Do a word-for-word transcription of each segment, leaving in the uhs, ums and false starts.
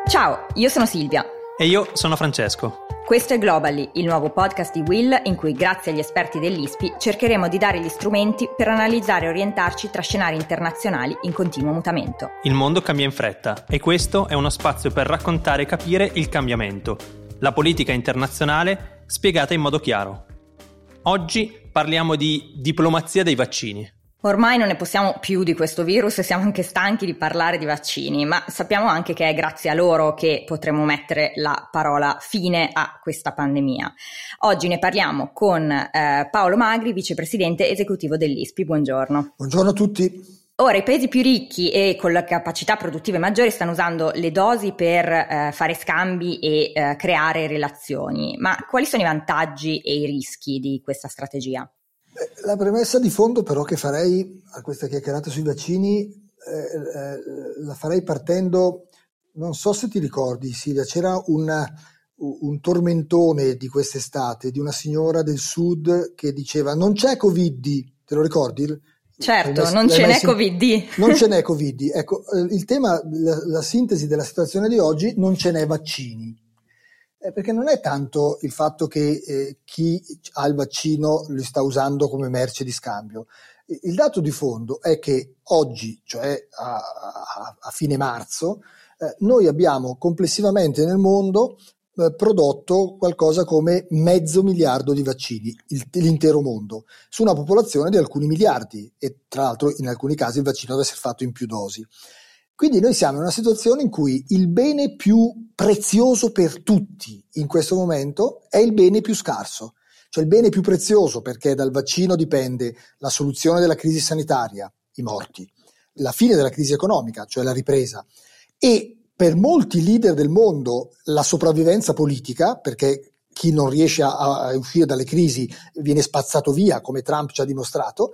Ciao, io sono Silvia. E io sono Francesco. Questo è Globally, il nuovo podcast di Will in cui, grazie agli esperti dell'I S P I, cercheremo di dare gli strumenti per analizzare e orientarci tra scenari internazionali in continuo mutamento. Il mondo cambia in fretta e questo è uno spazio per raccontare e capire il cambiamento, la politica internazionale spiegata in modo chiaro. Oggi parliamo di diplomazia dei vaccini. Ormai non ne possiamo più di questo virus e siamo anche stanchi di parlare di vaccini, ma sappiamo anche che è grazie a loro che potremo mettere la parola fine a questa pandemia. Oggi ne parliamo con eh, Paolo Magri, vicepresidente esecutivo dell'I S P I. Buongiorno. Buongiorno a tutti. Ora, i paesi più ricchi e con le capacità produttive maggiori stanno usando le dosi per eh, fare scambi e eh, creare relazioni, ma quali sono i vantaggi e i rischi di questa strategia? La premessa di fondo però che farei a questa chiacchierata sui vaccini eh, eh, la farei partendo, non so se ti ricordi Silvia, c'era un, un tormentone di quest'estate di una signora del sud che diceva non c'è Covid, te lo ricordi? Certo, mai, non ce n'è sen- Covid. Non ce n'è Covid, ecco, il tema, la, la sintesi della situazione di oggi, non ce n'è vaccini. Eh, perché non è tanto il fatto che eh, chi ha il vaccino li sta usando come merce di scambio. Il dato di fondo è che oggi, cioè a, a, a fine marzo, eh, noi abbiamo complessivamente nel mondo eh, prodotto qualcosa come mezzo miliardo di vaccini, il, l'intero mondo, su una popolazione di alcuni miliardi e tra l'altro in alcuni casi il vaccino deve essere fatto in più dosi. Quindi noi siamo in una situazione in cui il bene più prezioso per tutti in questo momento è il bene più scarso, cioè il bene più prezioso perché dal vaccino dipende la soluzione della crisi sanitaria, i morti, la fine della crisi economica, cioè la ripresa, e per molti leader del mondo la sopravvivenza politica, perché chi non riesce a, a uscire dalle crisi viene spazzato via, come Trump ci ha dimostrato.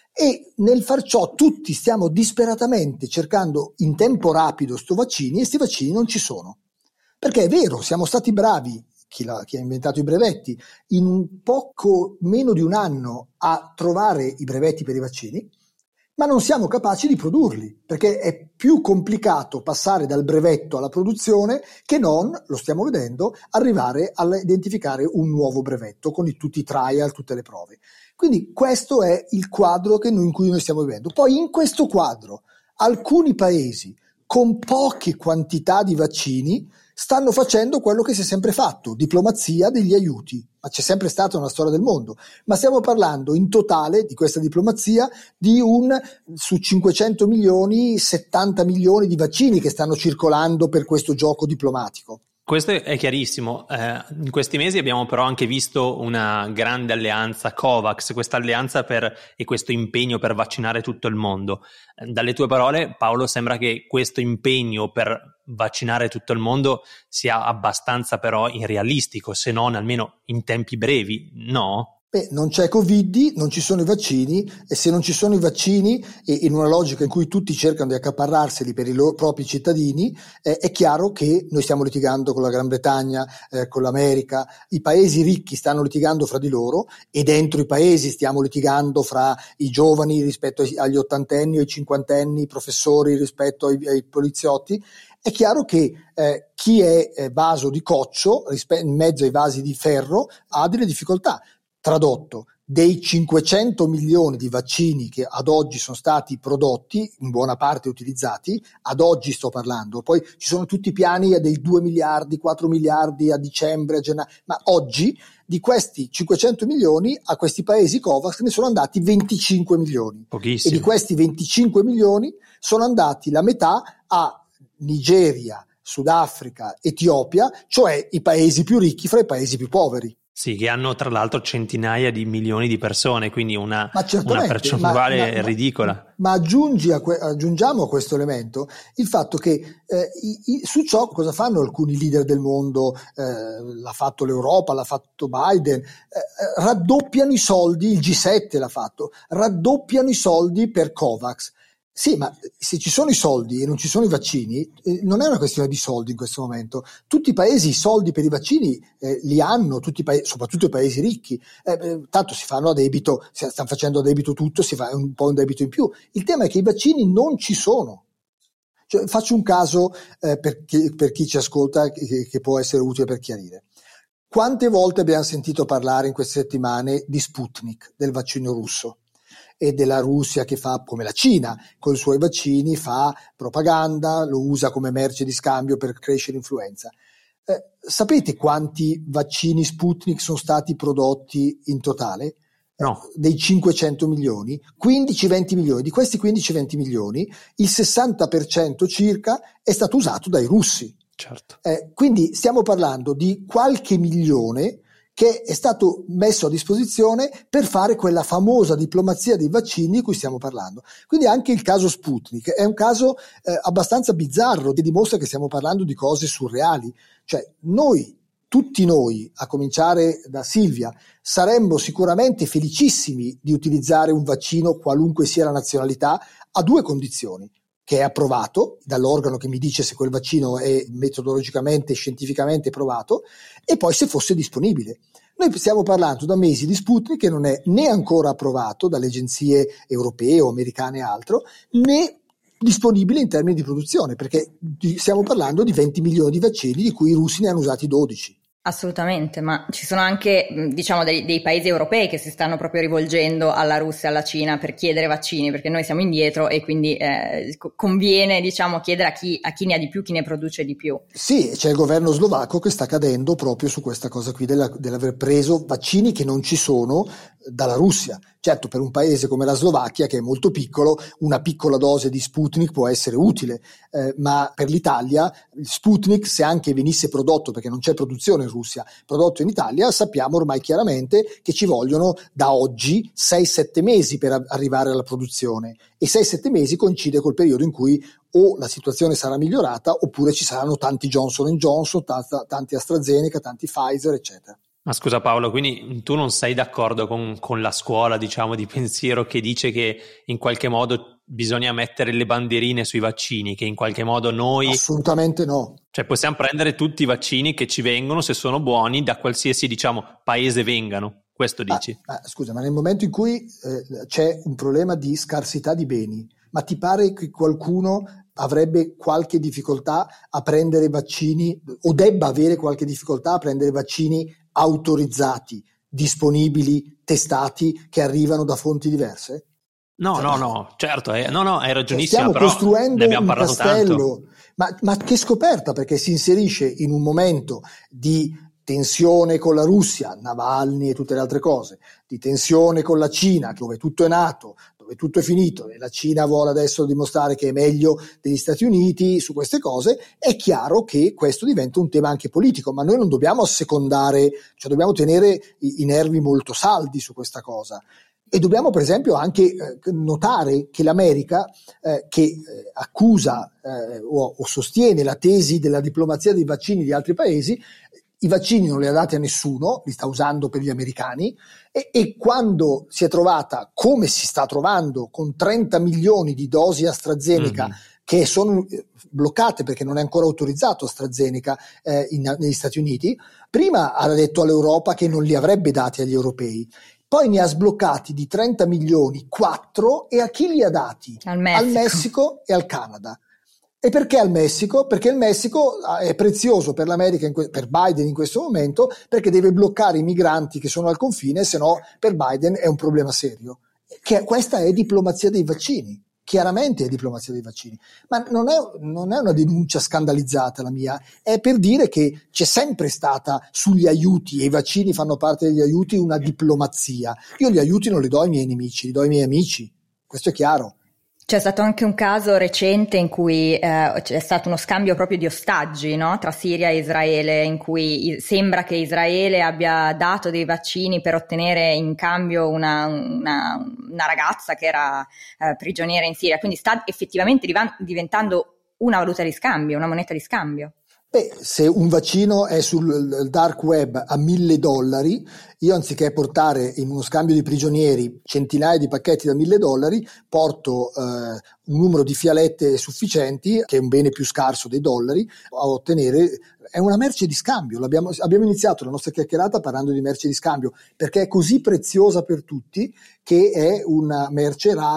E nel far ciò tutti stiamo disperatamente cercando in tempo rapido sto vaccini e sti vaccini non ci sono. Perché è vero, siamo stati bravi, chi, l'ha, chi ha inventato i brevetti, in un poco meno di un anno a trovare i brevetti per i vaccini, ma non siamo capaci di produrli, perché è più complicato passare dal brevetto alla produzione che non, lo stiamo vedendo, arrivare a identificare un nuovo brevetto con i, tutti i trial, tutte le prove. Quindi questo è il quadro che noi, in cui noi stiamo vivendo. Poi in questo quadro alcuni paesi con poche quantità di vaccini stanno facendo quello che si è sempre fatto, diplomazia degli aiuti, ma c'è sempre stata una storia del mondo, ma stiamo parlando in totale di questa diplomazia di un, su cinquecento milioni, settanta milioni di vaccini che stanno circolando per questo gioco diplomatico. Questo è chiarissimo. Eh, in questi mesi abbiamo però anche visto una grande alleanza COVAX, questa alleanza per, e questo impegno per vaccinare tutto il mondo. Eh, dalle tue parole, Paolo, sembra che questo impegno per vaccinare tutto il mondo sia abbastanza però irrealistico, se non almeno in tempi brevi, no? Beh, non c'è Covid, non ci sono i vaccini e se non ci sono i vaccini e in una logica in cui tutti cercano di accaparrarseli per i loro propri cittadini, eh, è chiaro che noi stiamo litigando con la Gran Bretagna, eh, con l'America, i paesi ricchi stanno litigando fra di loro e dentro i paesi stiamo litigando fra i giovani rispetto agli ottantenni o ai cinquantenni, i professori rispetto ai, ai poliziotti. È chiaro che eh, chi è eh, vaso di coccio rispe- in mezzo ai vasi di ferro ha delle difficoltà. Tradotto, dei cinquecento milioni di vaccini che ad oggi sono stati prodotti, in buona parte utilizzati, ad oggi sto parlando, poi ci sono tutti i piani dei due miliardi, quattro miliardi a dicembre, a gennaio, ma oggi di questi cinquecento milioni a questi paesi COVAX ne sono andati venticinque milioni. Pochissimo. E di questi venticinque milioni sono andati la metà a Nigeria, Sudafrica, Etiopia, cioè i paesi più ricchi fra i paesi più poveri. Sì, che hanno tra l'altro centinaia di milioni di persone, quindi una, una percentuale ma, ma, ridicola. Ma, ma aggiungi a que, aggiungiamo a questo elemento il fatto che eh, i, i, su ciò cosa fanno alcuni leader del mondo, eh, l'ha fatto l'Europa, l'ha fatto Biden, eh, raddoppiano i soldi, il G sette l'ha fatto, raddoppiano i soldi per COVAX. Sì, ma se ci sono i soldi e non ci sono i vaccini, eh, non è una questione di soldi in questo momento. Tutti i paesi i soldi per i vaccini eh, li hanno, tutti i paesi, soprattutto i paesi ricchi. Eh, eh, tanto si fanno a debito, si stanno facendo a debito tutto, si fa un po' un debito in più. Il tema è che i vaccini non ci sono. Cioè, faccio un caso eh, per, chi, per chi ci ascolta che, che può essere utile per chiarire. Quante volte abbiamo sentito parlare in queste settimane di Sputnik, del vaccino russo, e della Russia che fa, come la Cina, con i suoi vaccini fa propaganda, lo usa come merce di scambio per crescere influenza. Eh, sapete quanti vaccini Sputnik sono stati prodotti in totale? No. Eh, dei cinquecento milioni, quindici venti milioni. Di questi quindici venti milioni, il sessanta per cento circa è stato usato dai russi. Certo. Eh, quindi stiamo parlando di qualche milione che è stato messo a disposizione per fare quella famosa diplomazia dei vaccini di cui stiamo parlando. Quindi anche il caso Sputnik è un caso eh, abbastanza bizzarro, che dimostra che stiamo parlando di cose surreali. Cioè noi, tutti noi, a cominciare da Silvia, saremmo sicuramente felicissimi di utilizzare un vaccino, qualunque sia la nazionalità, a due condizioni: che è approvato dall'organo che mi dice se quel vaccino è metodologicamente e scientificamente provato, e poi se fosse disponibile. Noi stiamo parlando da mesi di Sputnik che non è né ancora approvato dalle agenzie europee o americane e altro, né disponibile in termini di produzione, perché stiamo parlando di venti milioni di vaccini, di cui i russi ne hanno usati dodici. Assolutamente, ma ci sono anche, diciamo, dei, dei paesi europei che si stanno proprio rivolgendo alla Russia e alla Cina per chiedere vaccini, perché noi siamo indietro e quindi eh, conviene, diciamo, chiedere a chi, a chi ne ha di più, chi ne produce di più. Sì, c'è il governo slovacco che sta cadendo proprio su questa cosa qui della, dell'aver preso vaccini che non ci sono dalla Russia. Certo, per un paese come la Slovacchia, che è molto piccolo, una piccola dose di Sputnik può essere utile, eh, ma per l'Italia Sputnik, se anche venisse prodotto, perché non c'è produzione in Russia, prodotto in Italia, sappiamo ormai chiaramente che ci vogliono da oggi sei sette mesi per a- arrivare alla produzione, e sei sette mesi coincide col periodo in cui o la situazione sarà migliorata oppure ci saranno tanti Johnson and Johnson, t- tanti AstraZeneca, tanti Pfizer, eccetera. Ma scusa Paolo, quindi tu non sei d'accordo con, con la scuola, diciamo, di pensiero che dice che in qualche modo bisogna mettere le bandierine sui vaccini, che in qualche modo noi... Assolutamente no. Cioè possiamo prendere tutti i vaccini che ci vengono, se sono buoni, da qualsiasi, diciamo, paese vengano. Questo dici? Ah, ah, scusa, ma nel momento in cui eh, c'è un problema di scarsità di beni, ma ti pare che qualcuno avrebbe qualche difficoltà a prendere vaccini o debba avere qualche difficoltà a prendere vaccini autorizzati, disponibili, testati, che arrivano da fonti diverse? No, cioè, no, no, certo, eh, no, no, hai ragionissima, stiamo però costruendo ne abbiamo un parlato castello, tanto. Ma, ma che scoperta, perché si inserisce in un momento di tensione con la Russia, Navalny e tutte le altre cose, di tensione con la Cina, dove tutto è nato, dove tutto è finito, e la Cina vuole adesso dimostrare che è meglio degli Stati Uniti su queste cose. È chiaro che questo diventa un tema anche politico, ma noi non dobbiamo assecondare, cioè dobbiamo tenere i, i nervi molto saldi su questa cosa. E dobbiamo per esempio anche eh, notare che l'America, eh, che eh, accusa eh, o, o sostiene la tesi della diplomazia dei vaccini di altri paesi, i vaccini non li ha dati a nessuno, li sta usando per gli americani, e, e quando si è trovata, come si sta trovando, con trenta milioni di dosi AstraZeneca, mm-hmm. che sono bloccate perché non è ancora autorizzato AstraZeneca eh, in, negli Stati Uniti, prima ha detto all'Europa che non li avrebbe dati agli europei. Poi ne ha sbloccati di trenta milioni, quattro, e a chi li ha dati? Al Messico. Al Messico e al Canada. E perché al Messico? Perché il Messico è prezioso per l'America, in que- per Biden in questo momento, perché deve bloccare i migranti che sono al confine, se no per Biden è un problema serio. Che questa è diplomazia dei vaccini. Chiaramente è diplomazia dei vaccini, ma non è, non è una denuncia scandalizzata la mia, è per dire che c'è sempre stata sugli aiuti, e i vaccini fanno parte degli aiuti, una diplomazia. Io gli aiuti non li do ai miei nemici, li do ai miei amici, questo è chiaro. C'è stato anche un caso recente in cui eh, c'è stato uno scambio proprio di ostaggi, no? Tra Siria e Israele, in cui sembra che Israele abbia dato dei vaccini per ottenere in cambio una, una, una ragazza che era eh, prigioniera in Siria, quindi sta effettivamente divan- diventando una valuta di scambio, una moneta di scambio. Beh, se un vaccino è sul dark web a mille dollari, io anziché portare in uno scambio di prigionieri centinaia di pacchetti da mille dollari, porto eh, un numero di fialette sufficienti, che è un bene più scarso dei dollari, a ottenere. È una merce di scambio. L'abbiamo, abbiamo iniziato la nostra chiacchierata parlando di merce di scambio, perché è così preziosa per tutti che è una merce rara.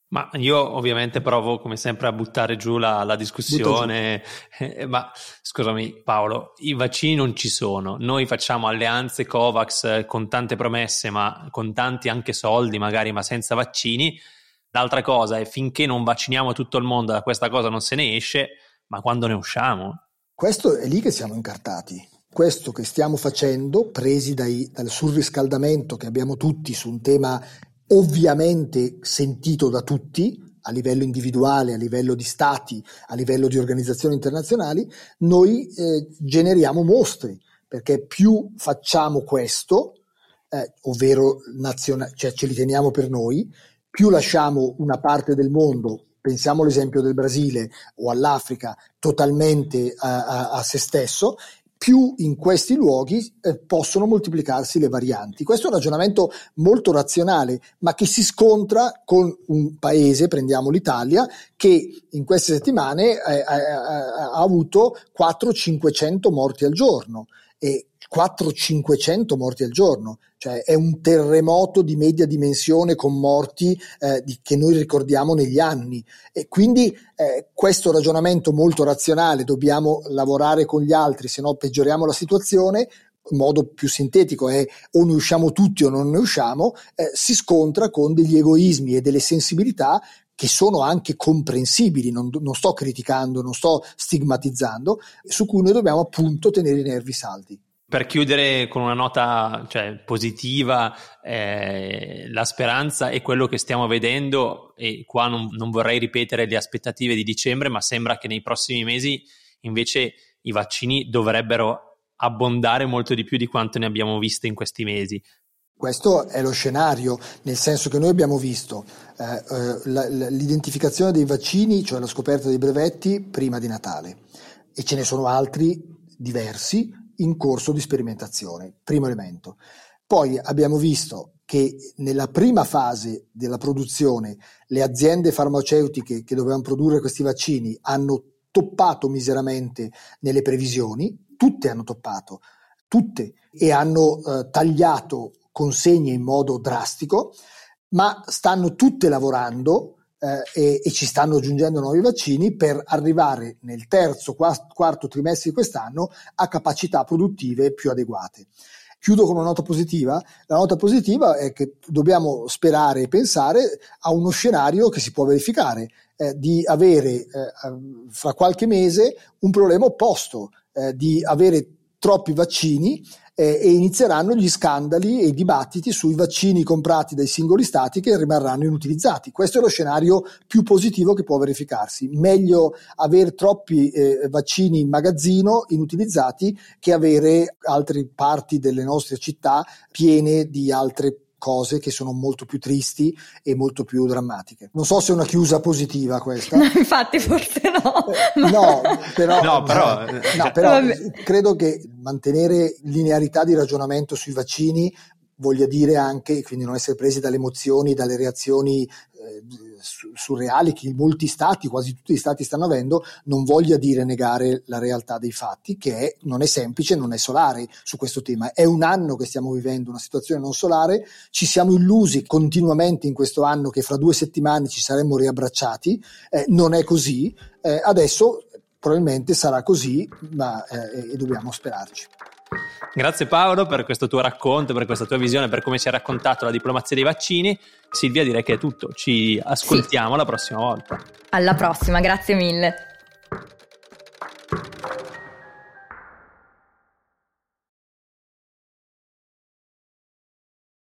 Ma io ovviamente provo come sempre a buttare giù la, la discussione, eh, ma scusami Paolo, i vaccini non ci sono, noi facciamo alleanze Covax con tante promesse ma con tanti anche soldi magari ma senza vaccini. L'altra cosa è finché non vacciniamo tutto il mondo da questa cosa non se ne esce, ma quando ne usciamo? Questo è lì che siamo incartati. Questo che stiamo facendo, presi dai, dal surriscaldamento che abbiamo tutti su un tema ovviamente sentito da tutti, a livello individuale, a livello di stati, a livello di organizzazioni internazionali, noi eh, generiamo mostri, perché più facciamo questo, eh, ovvero naziona- cioè ce li teniamo per noi, più lasciamo una parte del mondo, pensiamo all'esempio del Brasile o all'Africa, totalmente a, a, a se stesso, più in questi luoghi eh, possono moltiplicarsi le varianti. Questo è un ragionamento molto razionale, ma che si scontra con un paese, prendiamo l'Italia, che in queste settimane eh, ha, ha avuto quattrocento cinquecento morti al giorno. E quattrocento cinquecento morti al giorno, cioè è un terremoto di media dimensione con morti eh, di, che noi ricordiamo negli anni, e quindi eh, questo ragionamento molto razionale, dobbiamo lavorare con gli altri se no peggioriamo la situazione, in modo più sintetico è o ne usciamo tutti o non ne usciamo, eh, si scontra con degli egoismi e delle sensibilità che sono anche comprensibili, non, non sto criticando, non sto stigmatizzando, su cui noi dobbiamo appunto tenere i nervi saldi. Per chiudere con una nota, cioè, positiva, eh, la speranza è quello che stiamo vedendo, e qua non, non vorrei ripetere le aspettative di dicembre, ma sembra che nei prossimi mesi invece i vaccini dovrebbero abbondare molto di più di quanto ne abbiamo visto in questi mesi. Questo è lo scenario, nel senso che noi abbiamo visto eh, eh, la, la, l'identificazione dei vaccini, cioè la scoperta dei brevetti, prima di Natale, e ce ne sono altri diversi in corso di sperimentazione, primo elemento. Poi abbiamo visto che nella prima fase della produzione le aziende farmaceutiche che dovevano produrre questi vaccini hanno toppato miseramente nelle previsioni, tutte hanno toppato, tutte, e hanno eh, tagliato consegne in modo drastico, ma stanno tutte lavorando eh, e, e ci stanno aggiungendo nuovi vaccini per arrivare nel terzo, quarto trimestre di quest'anno a capacità produttive più adeguate. Chiudo con una nota positiva. La nota positiva è che dobbiamo sperare e pensare a uno scenario che si può verificare, eh, di avere eh, fra qualche mese un problema opposto, eh, di avere troppi vaccini eh, e inizieranno gli scandali e i dibattiti sui vaccini comprati dai singoli stati che rimarranno inutilizzati. Questo è lo scenario più positivo che può verificarsi. Meglio avere troppi eh, vaccini in magazzino inutilizzati che avere altre parti delle nostre città piene di altre cose che sono molto più tristi e molto più drammatiche. Non so se è una chiusa positiva questa. No, infatti forse no. Ma... No, però, no, però, no, però credo che mantenere linearità di ragionamento sui vaccini voglia dire anche, quindi non essere presi dalle emozioni, dalle reazioni eh, surreali che molti stati, quasi tutti gli stati stanno avendo, non voglia dire negare la realtà dei fatti, che è, non è semplice, non è solare su questo tema. È un anno che stiamo vivendo una situazione non solare, ci siamo illusi continuamente in questo anno che fra due settimane ci saremmo riabbracciati, eh, non è così, eh, adesso probabilmente sarà così, ma eh, e dobbiamo sperarci. Grazie Paolo per questo tuo racconto, per questa tua visione, per come ci hai raccontato la diplomazia dei vaccini. Silvia, direi che è tutto, ci ascoltiamo sì. La prossima volta. Alla prossima, grazie mille.